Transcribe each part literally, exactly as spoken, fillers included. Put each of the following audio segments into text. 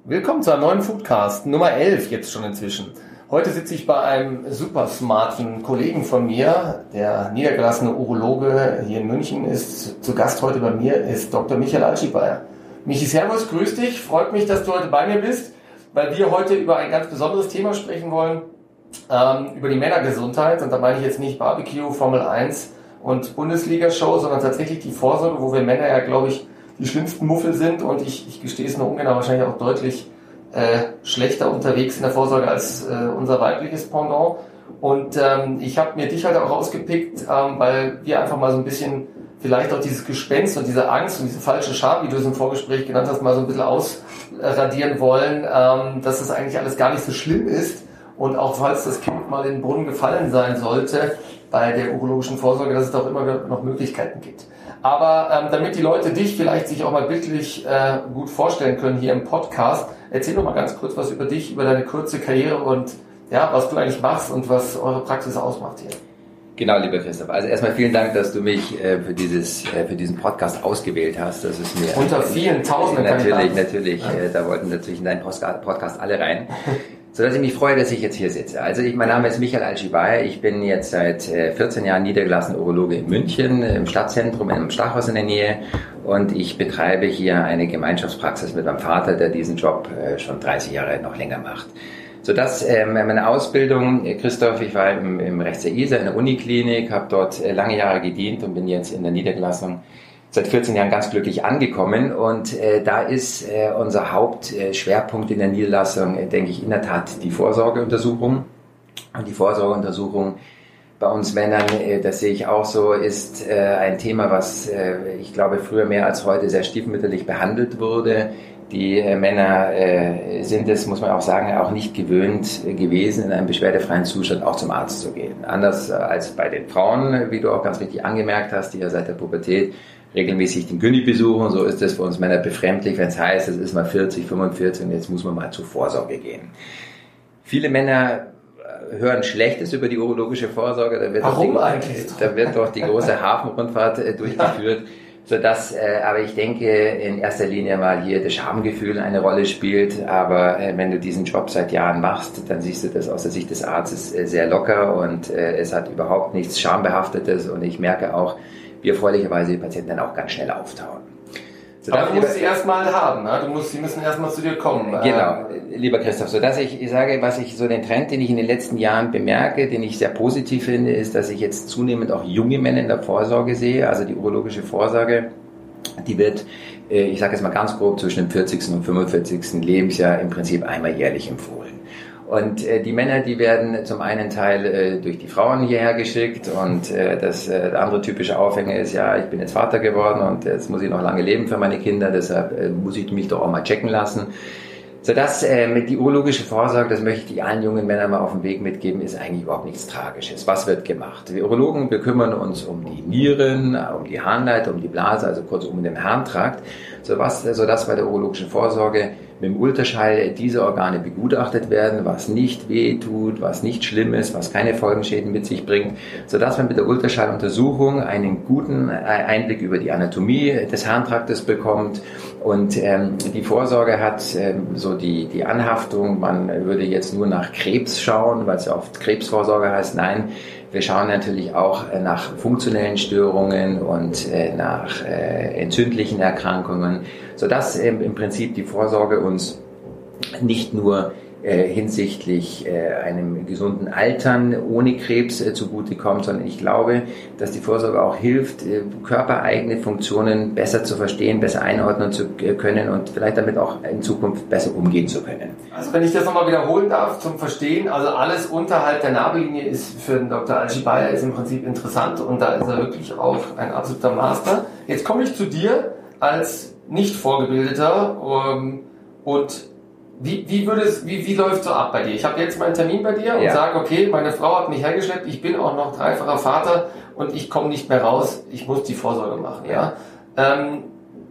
Willkommen zu einem neuen Foodcast, Nummer elf jetzt schon inzwischen. Heute sitze ich bei einem super smarten Kollegen von mir, der niedergelassene Urologe hier in München ist. Zu Gast heute bei mir ist Doktor Michael Altschibayer. Michi, servus, grüß dich, freut mich, dass du heute bei mir bist, weil wir heute über ein ganz besonderes Thema sprechen wollen, ähm, über die Männergesundheit. Und da meine ich jetzt nicht Barbecue, Formel eins und Bundesliga-Show, sondern tatsächlich die Vorsorge, wo wir Männer ja, glaube ich, die schlimmsten Muffel sind und ich, ich gestehe es nur ungenau, wahrscheinlich auch deutlich äh, schlechter unterwegs in der Vorsorge als äh, unser weibliches Pendant. Und ähm, ich habe mir dich halt auch rausgepickt, ähm, weil wir einfach mal so ein bisschen vielleicht auch dieses Gespenst und diese Angst und diese falsche Scham, wie du es im Vorgespräch genannt hast, mal so ein bisschen ausradieren wollen, ähm, dass es eigentlich alles gar nicht so schlimm ist und auch falls das Kind mal in den Brunnen gefallen sein sollte bei der urologischen Vorsorge, dass es da auch immer noch Möglichkeiten gibt. Aber ähm, damit die Leute dich vielleicht sich auch mal bildlich äh, gut vorstellen können hier im Podcast, erzähl doch mal ganz kurz was über dich, über deine kurze Karriere und ja, was du eigentlich machst und was eure Praxis ausmacht hier. Genau, lieber Christoph. Also erstmal vielen Dank, dass du mich äh, für dieses äh, für diesen Podcast ausgewählt hast. Das ist mir unter vielen Tausenden. Natürlich, natürlich. Ja. Äh, da wollten natürlich in deinen Podcast alle rein. So dass ich mich freue, dass ich jetzt hier sitze. Also ich, mein Name ist Michael Altschibayer. Ich bin jetzt seit äh, vierzehn Jahren niedergelassener Urologe in München, im Stadtzentrum, in einem Stachhaus in der Nähe. Und ich betreibe hier eine Gemeinschaftspraxis mit meinem Vater, der diesen Job äh, schon dreißig Jahre noch länger macht. So dass ähm, meine Ausbildung, Christoph, ich war im, im Rechts der Isar in der Uniklinik, habe dort äh, lange Jahre gedient und bin jetzt in der Niedergelassung seit vierzehn Jahren ganz glücklich angekommen. Und äh, da ist äh, unser Hauptschwerpunkt in der Niederlassung, äh, denke ich, in der Tat die Vorsorgeuntersuchung. Und die Vorsorgeuntersuchung bei uns Männern, äh, das sehe ich auch so, ist äh, ein Thema, was äh, ich glaube früher mehr als heute sehr stiefmütterlich behandelt wurde. Die äh, Männer äh, sind es, muss man auch sagen, auch nicht gewöhnt äh, gewesen, in einem beschwerdefreien Zustand auch zum Arzt zu gehen. Anders äh, als bei den Frauen, wie du auch ganz richtig angemerkt hast, die ja seit der Pubertät regelmäßig den Gyni besuchen. So ist es für uns Männer befremdlich, wenn es heißt, es ist mal vierzig, fünfundvierzig und jetzt muss man mal zur Vorsorge gehen. Viele Männer hören Schlechtes über die urologische Vorsorge. Da wird Warum doch die, eigentlich? Da wird doch die große Hafenrundfahrt äh, durchgeführt. Sodass, äh, aber ich denke, in erster Linie mal hier das Schamgefühl eine Rolle spielt. Aber äh, wenn du diesen Job seit Jahren machst, dann siehst du das aus der Sicht des Arztes äh, sehr locker und äh, es hat überhaupt nichts Schambehaftetes. Und ich merke auch, wie erfreulicherweise die Patienten dann auch ganz schnell auftauen. So, aber du musst sie erstmal haben, ne? Du musst, sie müssen erstmal zu dir kommen. Genau, lieber Christoph, so dass ich, ich sage, was ich so den Trend, den ich in den letzten Jahren bemerke, den ich sehr positiv finde, ist, dass ich jetzt zunehmend auch junge Männer in der Vorsorge sehe. Also die urologische Vorsorge, die wird, ich sage jetzt mal ganz grob, zwischen dem vierzigsten und fünfundvierzigsten Lebensjahr im Prinzip einmal jährlich empfohlen. Und äh, die Männer, die werden zum einen Teil äh, durch die Frauen hierher geschickt und äh, das äh, der andere typische Aufhänger ist, ja, ich bin jetzt Vater geworden und jetzt muss ich noch lange leben für meine Kinder, deshalb äh, muss ich mich doch auch mal checken lassen. Sodass äh, mit die urologische Vorsorge, das möchte ich allen jungen Männern mal auf den Weg mitgeben, ist eigentlich überhaupt nichts Tragisches. Was wird gemacht? Wir Urologen, wir kümmern uns um die Nieren, um die Harnleiter, um die Blase, also kurz um den Harntrakt, sodass, sodass bei der urologischen Vorsorge mit dem Ultraschall diese Organe begutachtet werden, was nicht weh tut, was nicht schlimm ist, was keine Folgenschäden mit sich bringt, sodass man mit der Ultraschalluntersuchung einen guten Einblick über die Anatomie des Harntraktes bekommt. Und ähm, die Vorsorge hat ähm, so die, die Anhaftung, man würde jetzt nur nach Krebs schauen, weil es ja oft Krebsvorsorge heißt. Nein, wir schauen natürlich auch nach funktionellen Störungen und äh, nach äh, entzündlichen Erkrankungen, sodass ähm, im Prinzip die Vorsorge uns nicht nur äh, hinsichtlich äh, einem gesunden Altern ohne Krebs äh, zugutekommt, sondern ich glaube, dass die Vorsorge auch hilft, äh, körpereigene Funktionen besser zu verstehen, besser einordnen zu können und vielleicht damit auch in Zukunft besser umgehen zu können. Also wenn ich das nochmal wiederholen darf zum Verstehen, also alles unterhalb der Nabellinie ist für den Doktor Altschibayer ist im Prinzip interessant und da ist er wirklich auch ein absoluter Master. Jetzt komme ich zu dir als nicht Vorgebildeter um, und Wie, wie, würde es, wie, wie läuft so ab bei dir? Ich habe jetzt meinen Termin bei dir und ja. sage, okay, meine Frau hat mich hergeschleppt, ich bin auch noch dreifacher Vater und ich komme nicht mehr raus, ich muss die Vorsorge machen. Ja. Ähm,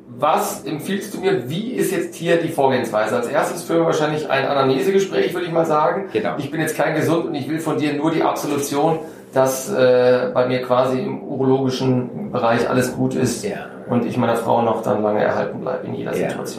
was empfiehlst du mir, wie ist jetzt hier die Vorgehensweise? Als erstes führen wir wahrscheinlich ein Anamnesegespräch, würde ich mal sagen. Genau. Ich bin jetzt kein gesund und ich will von dir nur die Absolution, dass äh, bei mir quasi im urologischen Bereich alles gut ist ja. und ich meiner Frau noch dann lange erhalten bleibe in jeder ja. Situation.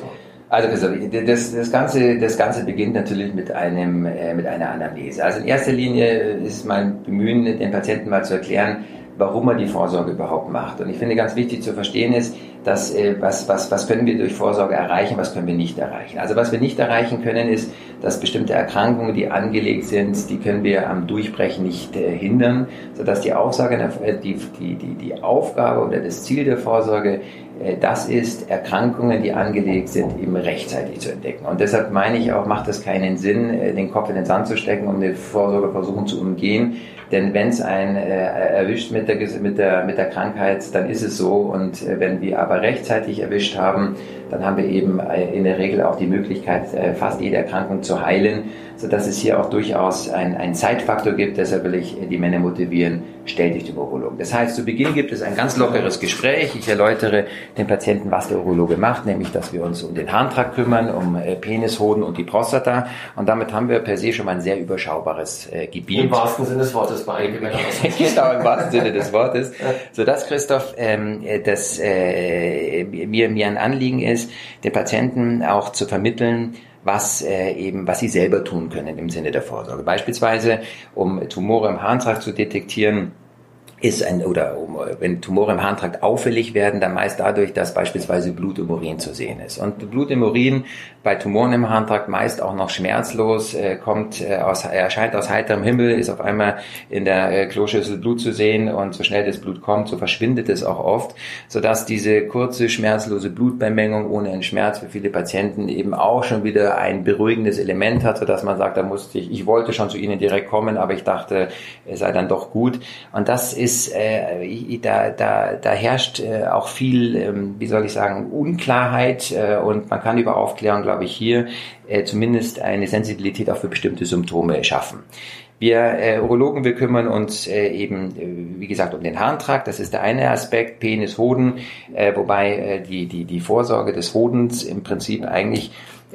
Also das, das, Ganze, das Ganze beginnt natürlich mit, einem, äh, mit einer Anamnese. Also in erster Linie ist mein Bemühen, den Patienten mal zu erklären, warum man die Vorsorge überhaupt macht. Und ich finde, ganz wichtig zu verstehen ist, dass, äh, was, was, was können wir durch Vorsorge erreichen, was können wir nicht erreichen. Also was wir nicht erreichen können, ist, dass bestimmte Erkrankungen, die angelegt sind, die können wir am Durchbrechen nicht äh, hindern, sodass die, Aussage, äh, die, die, die, die Aufgabe oder das Ziel der Vorsorge äh, das ist, Erkrankungen, die angelegt sind, eben rechtzeitig zu entdecken. Und deshalb meine ich auch, macht es keinen Sinn, äh, den Kopf in den Sand zu stecken, um die Vorsorge versuchen zu umgehen. Denn wenn es einen äh, erwischt mit der, mit, der, mit der Krankheit, dann ist es so. Und äh, wenn wir aber rechtzeitig erwischt haben, dann haben wir eben äh, in der Regel auch die Möglichkeit, äh, fast jede Erkrankung zu heilen, sodass es hier auch durchaus ein, einen Zeitfaktor gibt. Deshalb will ich die Männer motivieren, stellt dich dem Urologen. Das heißt, zu Beginn gibt es ein ganz lockeres Gespräch. Ich erläutere dem Patienten, was der Urologe macht, nämlich, dass wir uns um den Harntrakt kümmern, um äh, Penis, Hoden und die Prostata. Und damit haben wir per se schon mal ein sehr überschaubares äh, Gebiet. Im wahrsten Sinne des Wortes bei einigen Männern. Genau, im wahrsten Sinne des Wortes. Sodass, Christoph, ähm, dass äh, mir, mir ein Anliegen ist, den Patienten auch zu vermitteln, was äh, eben, was sie selber tun können im Sinne der Vorsorge. Beispielsweise, um Tumore im Harntrakt zu detektieren, ist ein, oder um, wenn Tumore im Harntrakt auffällig werden, dann meist dadurch, dass beispielsweise Blut im Urin zu sehen ist. Und Blut im Urin bei Tumoren im Harntrakt meist auch noch schmerzlos, äh, kommt äh, aus, erscheint aus heiterem Himmel, ist auf einmal in der äh, Kloschüssel Blut zu sehen und so schnell das Blut kommt, so verschwindet es auch oft, sodass diese kurze, schmerzlose Blutbeimengung ohne einen Schmerz für viele Patienten eben auch schon wieder ein beruhigendes Element hat, sodass man sagt, da musste ich, ich wollte schon zu Ihnen direkt kommen, aber ich dachte, es sei dann doch gut. Und das ist Ist, äh, da, da, da herrscht äh, auch viel, ähm, wie soll ich sagen, Unklarheit äh, und man kann über Aufklärung, glaube ich, hier äh, zumindest eine Sensibilität auch für bestimmte Symptome schaffen. Wir äh, Urologen, wir kümmern uns äh, eben, äh, wie gesagt, um den Harntrakt. Das ist der eine Aspekt, Penis, Hoden, äh, wobei äh, die, die, die Vorsorge des Hodens im Prinzip eigentlich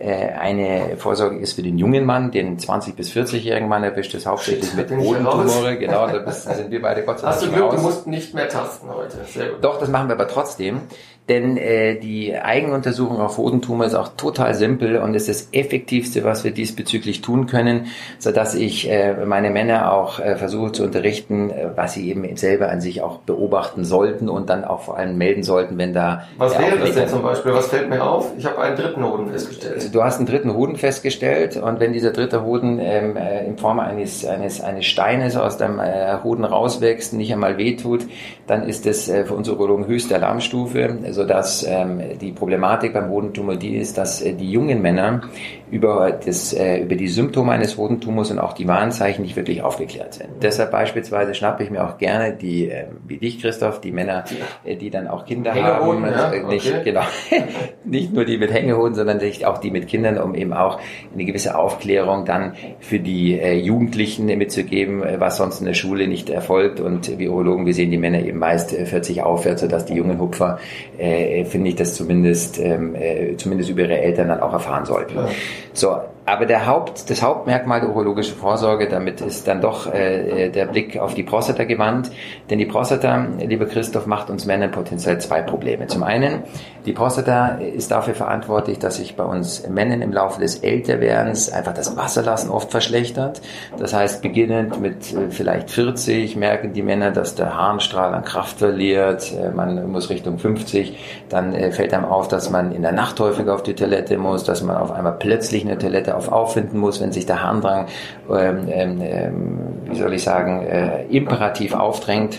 eine Vorsorge ist für den jungen Mann, den zwanzig- bis vierzig-jährigen Mann erwischt es hauptsächlich mit Hodentumore. Genau, da sind wir beide Gott sei Dank. Hast du Glück, du musst nicht mehr tasten heute. Sehr gut. Doch, das machen wir aber trotzdem. Denn äh, die Eigenuntersuchung auf Hodentumor ist auch total simpel und ist das Effektivste, was wir diesbezüglich tun können, sodass ich äh, meine Männer auch äh, versuche zu unterrichten, äh, was sie eben selber an sich auch beobachten sollten und dann auch vor allem melden sollten, wenn da... Was wäre das denn zum Beispiel? Was fällt mir auf? Ich habe einen dritten Hoden festgestellt. Du hast einen dritten Hoden festgestellt und wenn dieser dritte Hoden ähm, äh, in Form eines, eines, eines Steines aus dem äh, Hoden rauswächst, nicht einmal wehtut, dann ist das äh, für unsere Urologen höchste Alarmstufe, sodass ähm, die Problematik beim Hodentumor die ist, dass äh, die jungen Männer über, das, äh, über die Symptome eines Hodentumors und auch die Warnzeichen nicht wirklich aufgeklärt sind. Deshalb beispielsweise schnappe ich mir auch gerne die, äh, wie dich, Christoph, die Männer, äh, die dann auch Kinder Hängehoden, haben. ja, äh, nicht, okay. genau, nicht nur die mit Hängehoden, sondern auch die mit Kindern, um eben auch eine gewisse Aufklärung dann für die äh, Jugendlichen mitzugeben, äh, was sonst in der Schule nicht erfolgt. Und wir Urologen, wir sehen die Männer eben meist äh, vierzig aufwärts, sodass die jungen Hupfer, äh, finde ich, das zumindest, ähm, äh, zumindest über ihre Eltern dann auch erfahren sollten. Ja. So, aber der Haupt, das Hauptmerkmal der urologischen Vorsorge, damit ist dann doch äh, der Blick auf die Prostata gewandt. Denn die Prostata, lieber Christoph, macht uns Männern potenziell zwei Probleme. Zum einen, die Prostata ist dafür verantwortlich, dass sich bei uns Männern im Laufe des Älterwerdens einfach das Wasserlassen oft verschlechtert. Das heißt, beginnend mit äh, vielleicht vierzig merken die Männer, dass der Harnstrahl an Kraft verliert. Äh, man muss Richtung fünfzig. Dann äh, fällt einem auf, dass man in der Nacht häufiger auf die Toilette muss, dass man auf einmal plötzlich eine Toilette auf auffinden muss, wenn sich der Harndrang, ähm, ähm, wie soll ich sagen, äh, imperativ aufdrängt,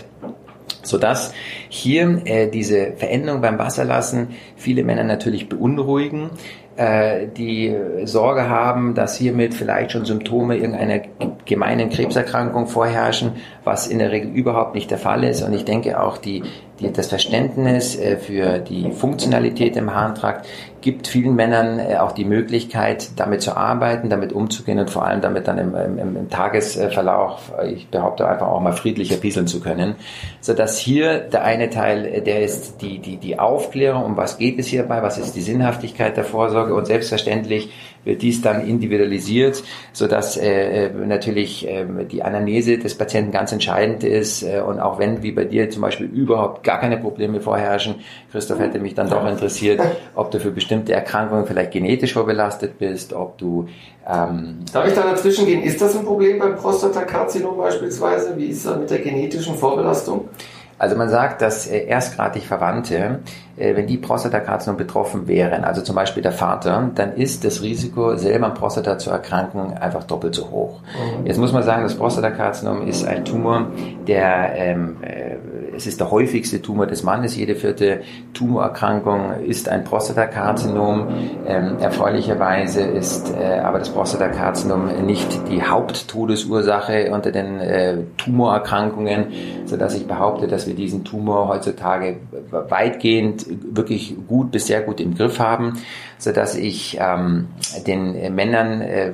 sodass hier äh, diese Veränderung beim Wasserlassen viele Männer natürlich beunruhigen, äh, die Sorge haben, dass hiermit vielleicht schon Symptome irgendeiner gemeinen Krebserkrankung vorherrschen, was in der Regel überhaupt nicht der Fall ist. Und ich denke auch, die, die, das Verständnis äh, für die Funktionalität im Harntrakt gibt vielen Männern äh, auch die Möglichkeit, damit zu arbeiten, damit umzugehen und vor allem damit dann im, im, im Tagesverlauf, ich behaupte einfach auch mal friedlicher pieseln zu können, sodass hier der eine Teil, der ist die, die, die Aufklärung, um was geht es hierbei, was ist die Sinnhaftigkeit der Vorsorge und selbstverständlich wird dies dann individualisiert, sodass äh, natürlich äh, die Anamnese des Patienten ganz entscheidend ist äh, und auch wenn, wie bei dir zum Beispiel, überhaupt gar keine Probleme vorherrschen, Christoph, hätte mich dann doch interessiert, ob du für bestimmte Erkrankungen vielleicht genetisch vorbelastet bist, ob du... Ähm, Darf ich da dazwischen gehen? Ist das ein Problem beim Prostatakarzinom beispielsweise? Wie ist das mit der genetischen Vorbelastung? Also man sagt, dass äh, erstgradig Verwandte, äh, wenn die Prostatakarzinom betroffen wären, also zum Beispiel der Vater, dann ist das Risiko, selber an Prostata zu erkranken, einfach doppelt so hoch. Mhm. Jetzt muss man sagen, das Prostatakarzinom ist ein Tumor, der, ähm, äh, es ist der häufigste Tumor des Mannes. Jede vierte Tumorerkrankung ist ein Prostatakarzinom. Ähm, erfreulicherweise ist äh, aber das Prostatakarzinom nicht die Haupttodesursache unter den äh, Tumorerkrankungen, sodass ich behaupte, dass wir diesen Tumor heutzutage weitgehend wirklich gut bis sehr gut im Griff haben, sodass ich ähm, den Männern äh,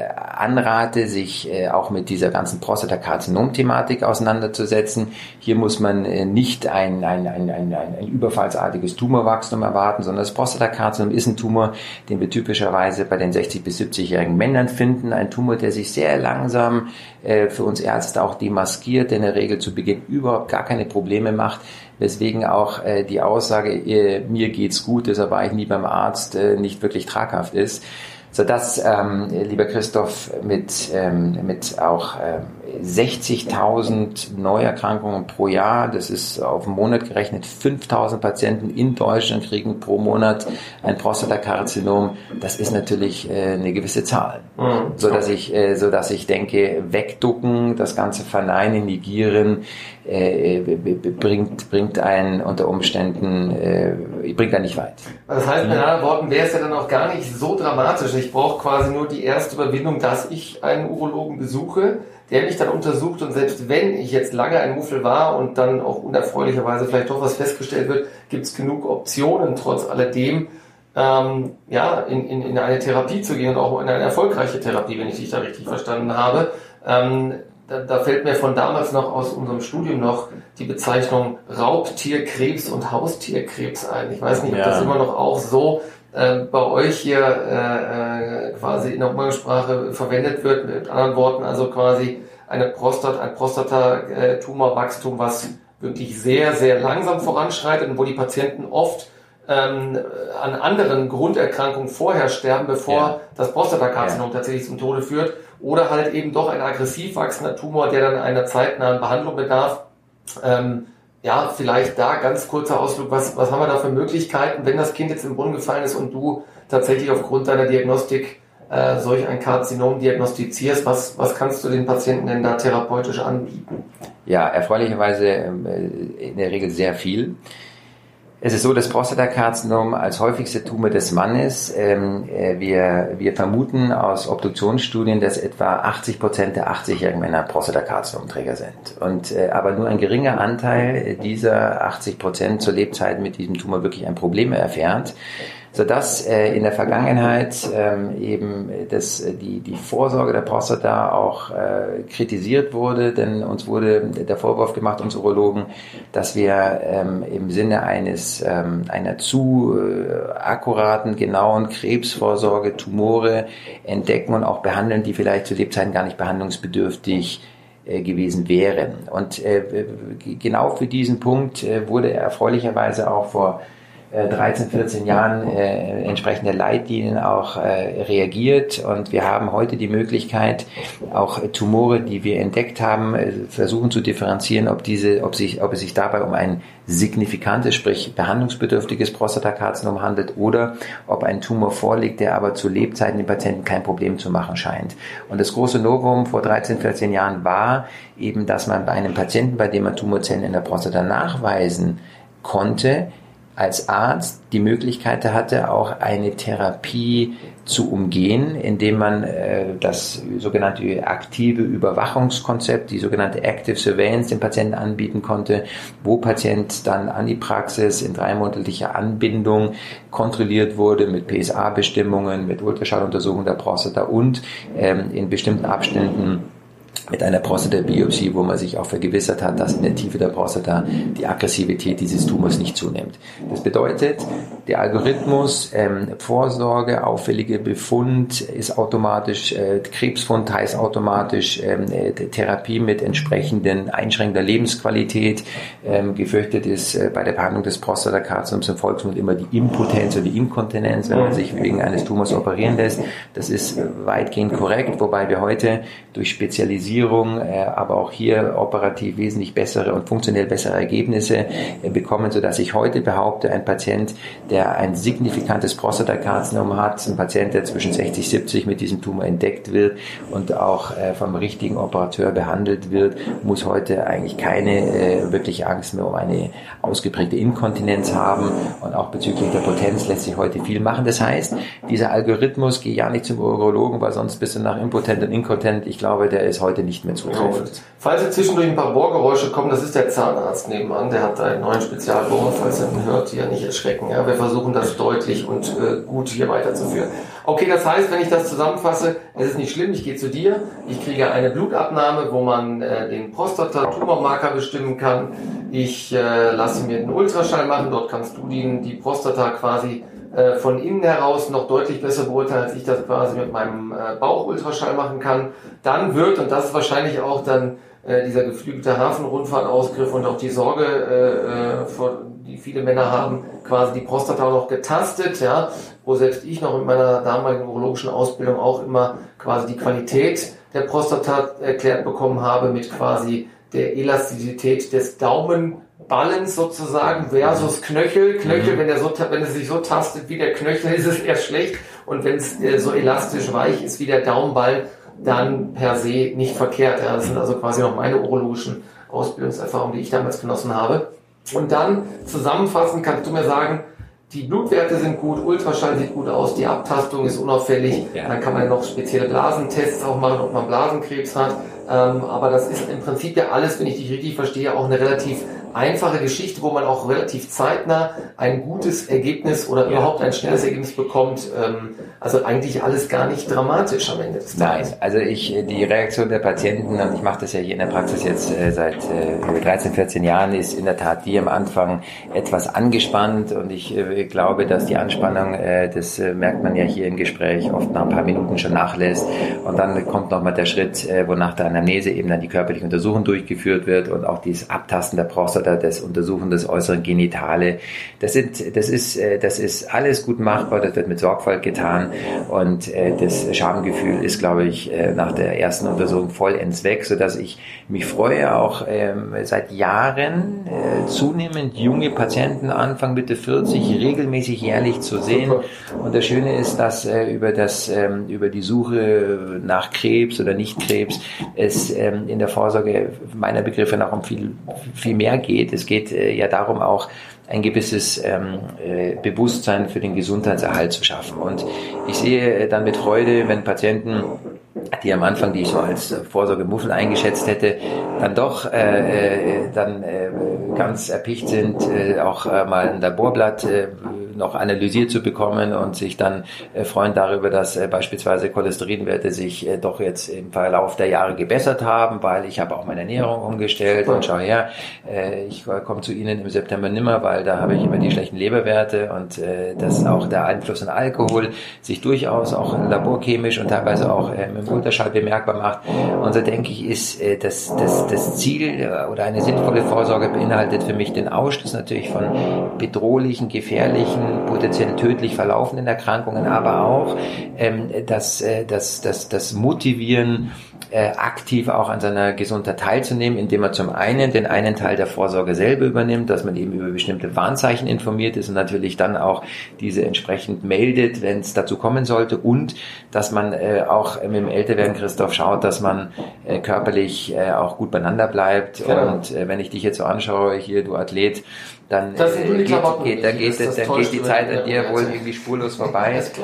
anrate, sich äh, auch mit dieser ganzen Prostatakarzinom-Thematik auseinanderzusetzen. Hier muss man äh, nicht ein, ein, ein, ein, ein überfallsartiges Tumorwachstum erwarten, sondern das Prostatakarzinom ist ein Tumor, den wir typischerweise bei den sechzig- bis siebzigjährigen Männern finden. Ein Tumor, der sich sehr langsam äh, für uns Ärzte auch demaskiert, der in der Regel zu Beginn überhaupt gar keine Probleme macht, weswegen auch äh, die Aussage, äh, mir geht's gut, deshalb war ich nie beim Arzt, äh, nicht wirklich traghaft ist. Sodass, ähm, lieber Christoph, mit, ähm, mit auch ähm, sechzigtausend Neuerkrankungen pro Jahr, das ist auf den Monat gerechnet, fünftausend Patienten in Deutschland kriegen pro Monat ein Prostatakarzinom, das ist natürlich äh, eine gewisse Zahl. Mhm. Sodass ich, äh, sodass ich denke, wegducken, das Ganze verneinen, negieren, äh, bringt, bringt einen unter Umständen, äh, bringt einen nicht weit. Das heißt, mit anderen Worten wäre es ja dann auch gar nicht so dramatisch. Ich brauche quasi nur die erste Überwindung, dass ich einen Urologen besuche, der mich dann untersucht, und selbst wenn ich jetzt lange ein Muffel war und dann auch unerfreulicherweise vielleicht doch was festgestellt wird, gibt es genug Optionen, trotz alledem ähm, ja, in, in, in eine Therapie zu gehen und auch in eine erfolgreiche Therapie, wenn ich dich da richtig verstanden habe. Ähm, da, da fällt mir von damals noch aus unserem Studium noch die Bezeichnung Raubtierkrebs und Haustierkrebs ein. Ich weiß nicht, ob ja. das immer noch auch so äh, bei euch hier äh, quasi in der Umgangssprache verwendet wird, mit anderen Worten, also quasi eine Prostat, ein Prostatatumorwachstum, was wirklich sehr, sehr langsam voranschreitet und wo die Patienten oft ähm, an anderen Grunderkrankungen vorher sterben, bevor ja. das Prostatakarzinom ja. tatsächlich zum Tode führt, oder halt eben doch ein aggressiv wachsender Tumor, der dann einer zeitnahen Behandlung bedarf. Ähm, Ja, vielleicht da ganz kurzer Ausflug, was, was haben wir da für Möglichkeiten, wenn das Kind jetzt im Brunnen gefallen ist und du tatsächlich aufgrund deiner Diagnostik äh, solch ein Karzinom diagnostizierst, was, was kannst du den Patienten denn da therapeutisch anbieten? Ja, erfreulicherweise äh, in der Regel sehr viel. Es ist so, das Prostatakarzinom als häufigste Tumor des Mannes, ähm, wir, wir vermuten aus Obduktionsstudien, dass etwa achtzig Prozent der achtzigjährigen Männer Prostatakarzinomträger sind. Und, äh, aber nur ein geringer Anteil dieser achtzig Prozent zur Lebzeit mit diesem Tumor wirklich ein Problem erfährt, sodass äh, in der Vergangenheit ähm, eben das, die, die Vorsorge der Prostata auch äh, kritisiert wurde, denn uns wurde der Vorwurf gemacht, uns Urologen, dass wir ähm, im Sinne eines ähm, einer zu äh, akkuraten, genauen Krebsvorsorge Tumore entdecken und auch behandeln, die vielleicht zu Lebzeiten gar nicht behandlungsbedürftig äh, gewesen wären. Und äh, genau für diesen Punkt äh, wurde erfreulicherweise auch vor dreizehn, vierzehn Jahren äh, entsprechende Leitlinien auch äh, reagiert, und wir haben heute die Möglichkeit, auch Tumore, die wir entdeckt haben, äh, versuchen zu differenzieren, ob diese, ob sich, ob es sich dabei um ein signifikantes, sprich behandlungsbedürftiges Prostatakarzinom handelt, oder ob ein Tumor vorliegt, der aber zu Lebzeiten den Patienten kein Problem zu machen scheint. Und das große Novum vor dreizehn, vierzehn Jahren war eben, dass man bei einem Patienten, bei dem man Tumorzellen in der Prostata nachweisen konnte, als Arzt die Möglichkeit hatte, auch eine Therapie zu umgehen, indem man äh, das sogenannte aktive Überwachungskonzept, die sogenannte Active Surveillance dem Patienten anbieten konnte, wo Patient dann an die Praxis in dreimonatlicher Anbindung kontrolliert wurde mit P S A-Bestimmungen, mit Ultraschalluntersuchung der Prostata und ähm, in bestimmten Abständen mit einer Prostata-Biopsie, wo man sich auch vergewissert hat, dass in der Tiefe der Prostata die Aggressivität dieses Tumors nicht zunimmt. Das bedeutet, der Algorithmus ähm, Vorsorge, auffällige Befund ist automatisch, äh, Krebsfund heißt automatisch ähm, äh, Therapie mit entsprechenden einschränkender Lebensqualität. Ähm, gefürchtet ist äh, bei der Behandlung des Prostatakarzinoms im Volksmund immer die Impotenz oder die Inkontinenz, wenn man sich wegen eines Tumors operieren lässt. Das ist äh, weitgehend korrekt, wobei wir heute durch Spezialisierung aber auch hier operativ wesentlich bessere und funktionell bessere Ergebnisse bekommen, sodass ich heute behaupte, ein Patient, der ein signifikantes Prostatakarzinom hat, ein Patient, der zwischen sechzig, siebzig mit diesem Tumor entdeckt wird und auch vom richtigen Operateur behandelt wird, muss heute eigentlich keine wirkliche Angst mehr um eine ausgeprägte Inkontinenz haben, und auch bezüglich der Potenz lässt sich heute viel machen. Das heißt, dieser Algorithmus, geh ja nicht zum Urologen, weil sonst bist du nach impotent und inkontinent. Ich glaube, der ist heute nicht mehr zutreffend. Falls jetzt zwischendurch ein paar Bohrgeräusche kommen, das ist der Zahnarzt nebenan, der hat einen neuen Spezialbohrer, falls er ihn hört, hier nicht erschrecken. Ja, wir versuchen das deutlich und äh, gut hier weiterzuführen. Okay, das heißt, wenn ich das zusammenfasse, es ist nicht schlimm, ich gehe zu dir, ich kriege eine Blutabnahme, wo man äh, den Prostata-Tumormarker bestimmen kann, ich äh, lasse mir einen Ultraschall machen, dort kannst du die, die Prostata quasi von innen heraus noch deutlich besser beurteilen, als ich das quasi mit meinem Bauchultraschall machen kann. Dann wird, und das ist wahrscheinlich auch dann äh, dieser geflügelte Hafenrundfahrtausgriff und auch die Sorge, äh, vor, die viele Männer haben, quasi die Prostata auch noch getastet, ja, wo selbst ich noch in meiner damaligen urologischen Ausbildung auch immer quasi die Qualität der Prostata erklärt bekommen habe mit quasi der Elastizität des Daumenballens sozusagen versus Knöchel. Knöchel, mhm. wenn er so, wenn es sich so tastet wie der Knöchel, ist es eher schlecht. Und wenn es äh, so elastisch weich ist wie der Daumenball, dann per se nicht verkehrt. Ja, das sind also quasi noch meine urologischen Ausbildungserfahrungen, die ich damals genossen habe. Und dann zusammenfassend kannst du mir sagen, die Blutwerte sind gut, Ultraschall sieht gut aus, die Abtastung ist unauffällig. Ja. Dann kann man noch spezielle Blasentests auch machen, ob man Blasenkrebs hat. Ähm, aber das ist im Prinzip ja alles, wenn ich dich richtig verstehe, auch eine relativ einfache Geschichte, wo man auch relativ zeitnah ein gutes Ergebnis oder ja. überhaupt ein schnelles Ergebnis bekommt. Ähm, also eigentlich alles gar nicht dramatisch am Ende des Tages. Nein, also ich, die Reaktion der Patienten, und ich mache das ja hier in der Praxis jetzt äh, seit äh, dreizehn, vierzehn Jahren, ist in der Tat die am Anfang etwas angespannt, und ich äh, glaube, dass die Anspannung, äh, das äh, merkt man ja hier im Gespräch, oft nach ein paar Minuten schon nachlässt, und dann kommt nochmal der Schritt, äh, wonach der Anamnese eben dann die körperliche Untersuchung durchgeführt wird und auch dieses Abtasten der Prostata, das Untersuchen des äußeren Genitale. Das sind, das ist, das ist alles gut machbar, das wird mit Sorgfalt getan, und das Schamgefühl ist, glaube ich, nach der ersten Untersuchung vollends weg, sodass ich mich freue, auch seit Jahren zunehmend junge Patienten Anfang Mitte vierzig regelmäßig jährlich zu sehen. Und das Schöne ist, dass über das, über die Suche nach Krebs oder Nicht-Krebs es in der Vorsorge meiner Begriffe nach um viel, viel mehr geht. Es geht äh, ja darum, auch ein gewisses ähm, äh, Bewusstsein für den Gesundheitserhalt zu schaffen. Und ich sehe äh, dann mit Freude, wenn Patienten, die am Anfang, die ich so als Vorsorgemuffel eingeschätzt hätte, dann doch äh, äh, dann äh, ganz erpicht sind, äh, auch äh, mal ein Laborblatt äh, noch analysiert zu bekommen und sich dann äh, freuen darüber, dass äh, beispielsweise Cholesterinwerte sich äh, doch jetzt im Verlauf der Jahre gebessert haben, weil ich habe auch meine Ernährung umgestellt und schau her, äh, ich komme zu Ihnen im September nimmer, weil da habe ich immer die schlechten Leberwerte, und äh, dass auch der Einfluss von Alkohol sich durchaus auch laborchemisch und teilweise auch äh, im Ultraschall bemerkbar macht. Und so denke ich, ist äh, das, das, das Ziel äh, oder eine sinnvolle Vorsorge beinhaltet für mich den Ausschluss natürlich von bedrohlichen, gefährlichen, potenziell tödlich verlaufenden Erkrankungen, aber auch ähm, das, äh, das, das, das Motivieren, äh, aktiv auch an seiner Gesundheit teilzunehmen, indem man zum einen den einen Teil der Vorsorge selber übernimmt, dass man eben über bestimmte Warnzeichen informiert ist und natürlich dann auch diese entsprechend meldet, wenn es dazu kommen sollte, und dass man äh, auch mit dem Älterwerden, Christoph, schaut, dass man äh, körperlich äh, auch gut beieinander bleibt. Genau. Und äh, wenn ich dich jetzt so anschaue, hier, du Athlet, dann, das sind äh, die geht, geht, dann geht, dann geht die Zeit an dir wohl irgendwie spurlos vorbei. Ja, ist klar.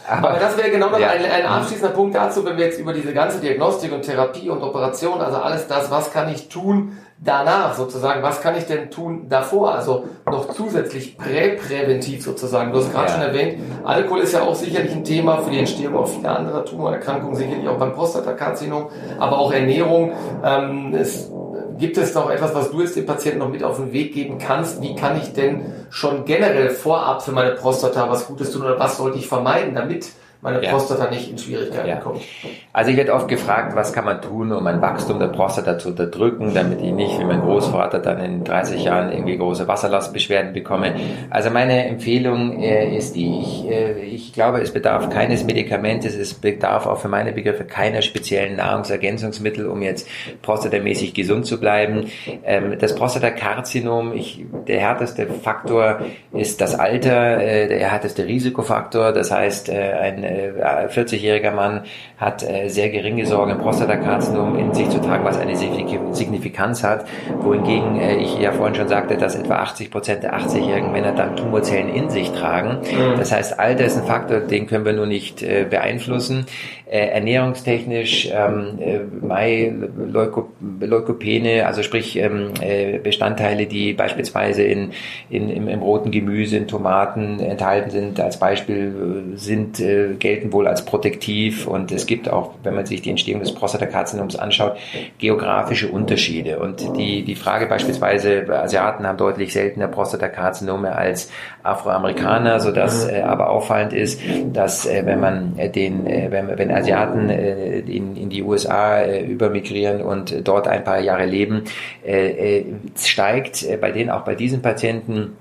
Aber, Aber das wäre genau noch ja. ein, ein abschließender Punkt dazu, wenn wir jetzt über diese ganze Diagnostik und Therapie und Operation, also alles das, was kann ich tun danach sozusagen, was kann ich denn tun davor, also noch zusätzlich präpräventiv sozusagen. Du hast gerade ja. schon erwähnt, Alkohol ist ja auch sicherlich ein Thema für die Entstehung auch vieler anderer Tumorerkrankungen, sicherlich auch beim Prostatakarzinom, aber auch Ernährung. Ähm, es, gibt es noch etwas, was du jetzt dem Patienten noch mit auf den Weg geben kannst? Wie kann ich denn schon generell vorab für meine Prostata was Gutes tun oder was sollte ich vermeiden, damit meine ja. Prostata nicht in Schwierigkeiten ja. kommt? Also ich werde oft gefragt, was kann man tun, um ein Wachstum der Prostata zu unterdrücken, damit ich nicht wie mein Großvater dann in dreißig Jahren irgendwie große Wasserlastbeschwerden bekomme. Also meine Empfehlung äh, ist die, ich, äh, ich glaube, es bedarf keines Medikamentes, es bedarf auch für meine Begriffe keiner speziellen Nahrungsergänzungsmittel, um jetzt prostatamäßig gesund zu bleiben. Ähm, das Prostatakarzinom, ich, der härteste Faktor ist das Alter, äh, der härteste Risikofaktor, das heißt, äh, ein äh, vierzigjähriger Mann hat äh, sehr geringe Sorgen, Prostatakarzinom in sich zu tragen, was eine Signifikanz hat, wohingegen äh, ich ja vorhin schon sagte, dass etwa achtzig Prozent der achtzigjährigen Männer dann Tumorzellen in sich tragen. Mhm. Das heißt, Alter ist ein Faktor, den können wir nur nicht äh, beeinflussen. Äh, ernährungstechnisch, ähm, äh, Leuko, Leukopene, also sprich ähm, äh, Bestandteile, die beispielsweise in, in, im, im roten Gemüse, in Tomaten enthalten sind, als Beispiel äh, sind, äh, gelten wohl als protektiv, und es gibt auch, wenn man sich die Entstehung des Prostatakarzinoms anschaut, geografische Unterschiede. Und die, die Frage beispielsweise, Asiaten haben deutlich seltener Prostatakarzinome als Afroamerikaner, sodass äh, aber auffallend ist, dass äh, wenn man äh, den, äh, wenn, wenn Asiaten äh, in, in die U S A äh, übermigrieren und äh, dort ein paar Jahre leben, äh, äh, steigt äh, bei denen, auch bei diesen Patienten,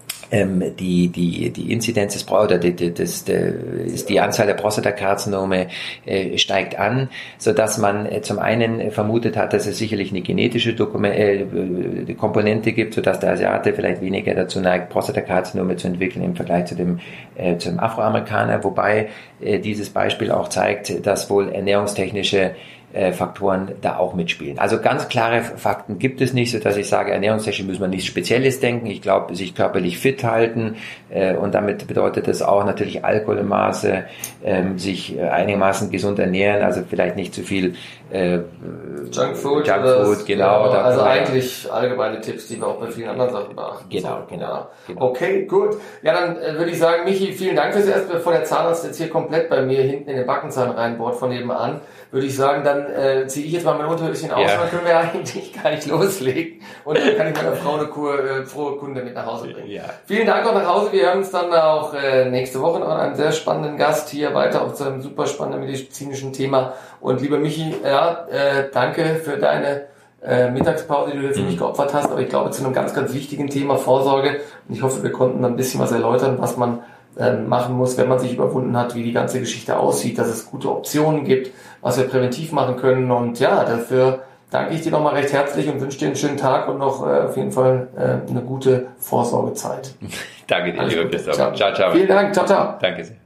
die die die Inzidenz des oder die, die, das, die, die Anzahl der Prostatakarzinome äh, steigt an, so dass man äh, zum einen vermutet hat, dass es sicherlich eine genetische Dokument, äh, Komponente gibt, so dass der Asiate vielleicht weniger dazu neigt, Prostatakarzinome zu entwickeln im Vergleich zu dem äh, zum Afroamerikaner, wobei äh, dieses Beispiel auch zeigt, dass wohl ernährungstechnische Faktoren da auch mitspielen. Also ganz klare Fakten gibt es nicht, so dass ich sage, ernährungstechnisch muss man nichts Spezielles denken. Ich glaube, sich körperlich fit halten äh, und damit bedeutet das auch natürlich Alkohol im Maße, ähm, sich einigermaßen gesund ernähren, also vielleicht nicht zu viel äh, Junkfood, Junkfood, genau. genau also eigentlich allgemeine Tipps, die wir auch bei vielen anderen Sachen beachten. Genau, genau, ja. genau. Okay, gut. Ja, dann äh, würde ich sagen, Michi, vielen Dank fürs Erste, bevor der Zahnarzt jetzt hier komplett bei mir hinten in den Backenzahn reinbohrt von nebenan. Würde ich sagen, dann äh, ziehe ich jetzt mal mein Unterhöschen aus, ja. Und dann können wir eigentlich gar nicht loslegen. Und dann kann ich meiner Frau eine Kur, äh, frohe Kunde mit nach Hause bringen. Ja. Vielen Dank auch nach Hause. Wir hören uns dann auch äh, nächste Woche noch an einem sehr spannenden Gast hier weiter auch zu einem super spannenden medizinischen Thema. Und lieber Michi, ja, äh, danke für deine äh, Mittagspause, die du für mich geopfert hast. Aber ich glaube, zu einem ganz, ganz wichtigen Thema Vorsorge. Und ich hoffe, wir konnten ein bisschen was erläutern, was man äh, machen muss, wenn man sich überwunden hat, wie die ganze Geschichte aussieht, dass es gute Optionen gibt, was wir präventiv machen können. Und ja, dafür danke ich dir nochmal recht herzlich und wünsche dir einen schönen Tag und noch äh, auf jeden Fall äh, eine gute Vorsorgezeit. Danke dir, lieber Christoph. Ciao, ciao. Vielen Dank. Ciao, ciao. Danke sehr.